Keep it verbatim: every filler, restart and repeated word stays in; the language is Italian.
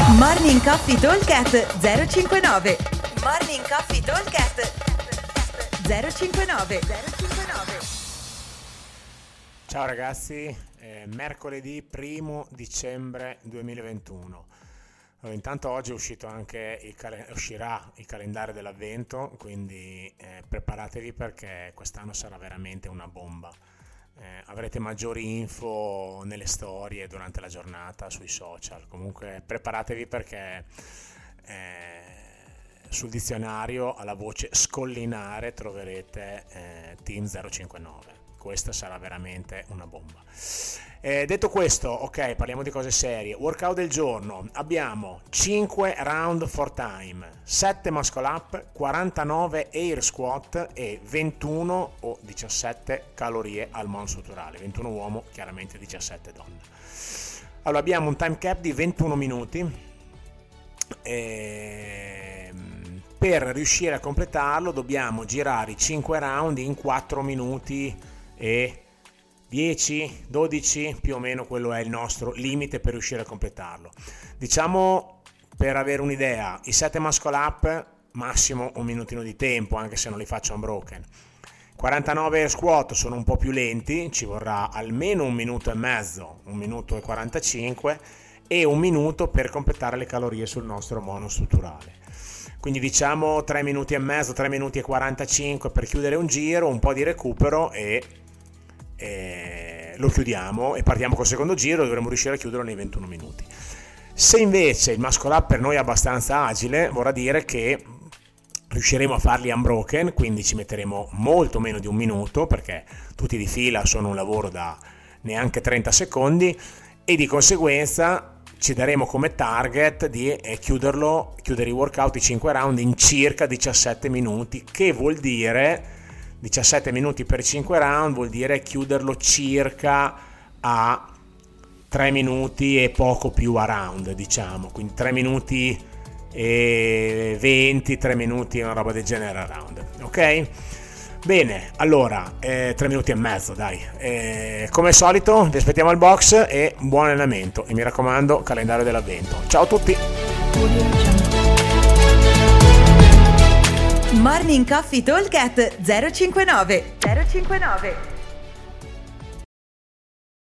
Morning Coffee Talkcast zero cinquantanove. Morning Coffee Talkcast zero cinquantanove. Ciao ragazzi, è mercoledì primo dicembre duemilaventuno. Allora, intanto oggi è uscito anche il cal- uscirà il calendario dell'avvento, quindi eh, preparatevi perché quest'anno sarà veramente una bomba. Eh, avrete maggiori info nelle storie durante la giornata sui social. Comunque preparatevi perché eh, sul dizionario alla voce scollinare troverete eh, Team zero cinquantanove. Questa sarà veramente una bomba. Eh, detto questo, ok, parliamo di cose serie. Workout del giorno: abbiamo cinque round for time, sette muscle up, quarantanove air squat e ventuno o diciassette calorie al monostrutturale, ventuno uomo, chiaramente diciassette donne. Allora abbiamo un time cap di ventuno minuti e per riuscire a completarlo dobbiamo girare i cinque round in quattro minuti e dieci, dodici, più o meno quello è il nostro limite per riuscire a completarlo. Diciamo, per avere un'idea, i sette muscle up massimo un minutino di tempo, anche se non li faccio unbroken. quarantanove air squat sono un po' più lenti, ci vorrà almeno un minuto e mezzo, un minuto e quarantacinque, e un minuto per completare le calorie sul nostro monostrutturale. Quindi diciamo tre minuti e mezzo, tre minuti e quarantacinque per chiudere un giro, un po' di recupero e Eh, lo chiudiamo e partiamo col secondo giro. Dovremo riuscire a chiuderlo nei ventuno minuti. Se invece il muscle up per noi è abbastanza agile, vorrà dire che riusciremo a farli unbroken, quindi ci metteremo molto meno di un minuto, perché tutti di fila sono un lavoro da neanche trenta secondi, e di conseguenza ci daremo come target di eh, chiuderlo, chiudere i workout, i cinque round in circa diciassette minuti, che vuol dire diciassette minuti per cinque round, vuol dire chiuderlo circa a tre minuti e poco più a round, diciamo, quindi tre minuti e venti, tre minuti, una roba del genere a round, ok? Bene, allora eh, tre minuti e mezzo, dai, eh, come al solito vi aspettiamo al box e buon allenamento, e mi raccomando, calendario dell'avvento. Ciao a tutti. Morning Coffee Talkcast zero cinquantanove.